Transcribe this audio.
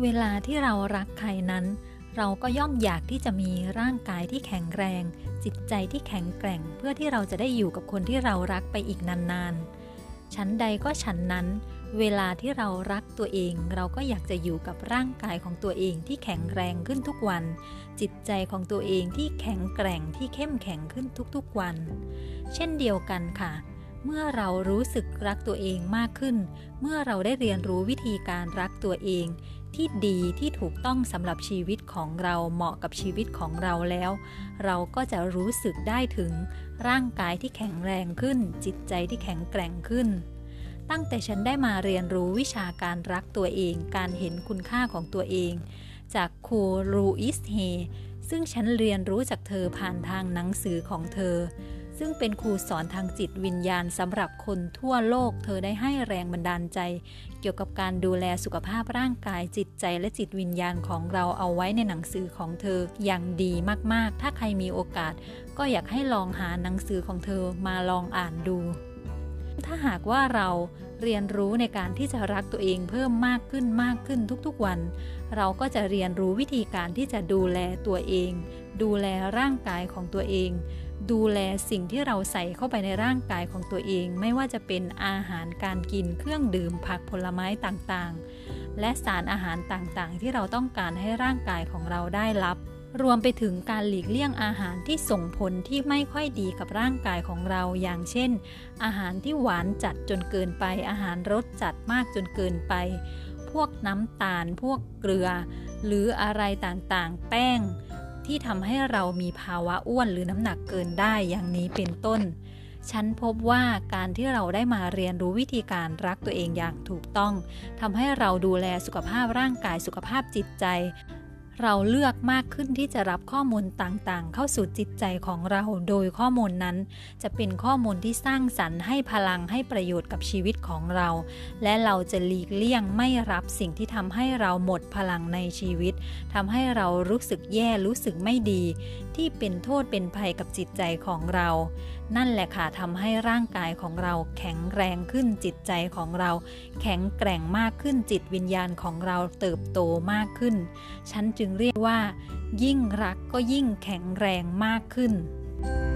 เวลาที่เรารักใครนั้นเราก็ย่อมอยากที่จะมีร่างกายที่แข็งแรงจิตใจที่แข็งแกร่งเพื่อที่เราจะได้อยู่กับคนที่เรารักไปอีกนานๆฉันใดก็ฉันนั้นเวลาที่เรารักตัวเองเราก็อยากจะอยู่กับร่างกายของตัวเองที่แข็งแรงขึ้นทุกวันจิตใจของตัวเองที่แข็งแกร่งที่เข้มแข็งขึ้นทุกๆวันเช่นเดียวกันค่ะเมื่อเรารู้สึกรักตัวเองมากขึ้นเมื่อเราได้เรียนรู้วิธีการรักตัวเองที่ดีที่ถูกต้องสำหรับชีวิตของเราเหมาะกับชีวิตของเราแล้วเราก็จะรู้สึกได้ถึงร่างกายที่แข็งแรงขึ้นจิตใจที่แข็งแกร่งขึ้นตั้งแต่ฉันได้มาเรียนรู้วิชาการรักตัวเองการเห็นคุณค่าของตัวเองจากครูลูอิสเฮซึ่งฉันเรียนรู้จากเธอผ่านทางหนังสือของเธอซึ่งเป็นครูสอนทางจิตวิญญาณสำหรับคนทั่วโลกเธอได้ให้แรงบันดาลใจเกี่ยวกับการดูแลสุขภาพร่างกายจิตใจและจิตวิญญาณของเราเอาไว้ในหนังสือของเธออย่างดีมากๆถ้าใครมีโอกาสก็อยากให้ลองหาหนังสือของเธอมาลองอ่านดูถ้าหากว่าเราเรียนรู้ในการที่จะรักตัวเองเพิ่มมากขึ้นทุกๆวันเราก็จะเรียนรู้วิธีการที่จะดูแลตัวเองดูแลร่างกายของตัวเองดูแลสิ่งที่เราใส่เข้าไปในร่างกายของตัวเองไม่ว่าจะเป็นอาหารการกินเครื่องดื่มผักผลไม้ต่างๆและสารอาหารต่างๆที่เราต้องการให้ร่างกายของเราได้รับรวมไปถึงการหลีกเลี่ยงอาหารที่ส่งผลที่ไม่ค่อยดีกับร่างกายของเราอย่างเช่นอาหารที่หวานจัดจนเกินไปอาหารรสจัดมากจนเกินไปพวกน้ำตาลพวกเกลือหรืออะไรต่างๆแป้งที่ทำให้เรามีภาวะอ้วนหรือน้ำหนักเกินได้อย่างนี้เป็นต้นฉันพบว่าการที่เราได้มาเรียนรู้วิธีการรักตัวเองอย่างถูกต้องทำให้เราดูแลสุขภาพร่างกายสุขภาพจิตใจเราเลือกมากขึ้นที่จะรับข้อมูลต่างๆเข้าสู่จิตใจของเราโดยข้อมูลนั้นจะเป็นข้อมูลที่สร้างสรรค์ให้พลังให้ประโยชน์กับชีวิตของเราและเราจะหลีกเลี่ยงไม่รับสิ่งที่ทำให้เราหมดพลังในชีวิตทำให้เรารู้สึกแย่รู้สึกไม่ดีที่เป็นโทษเป็นภัยกับจิตใจของเรานั่นแหละค่ะทำให้ร่างกายของเราแข็งแรงขึ้นจิตใจของเราแข็งแกร่งมากขึ้นจิตวิญญาณของเราเติบโตมากขึ้นฉันจึงเรียกว่ายิ่งรักก็ยิ่งแข็งแรงมากขึ้น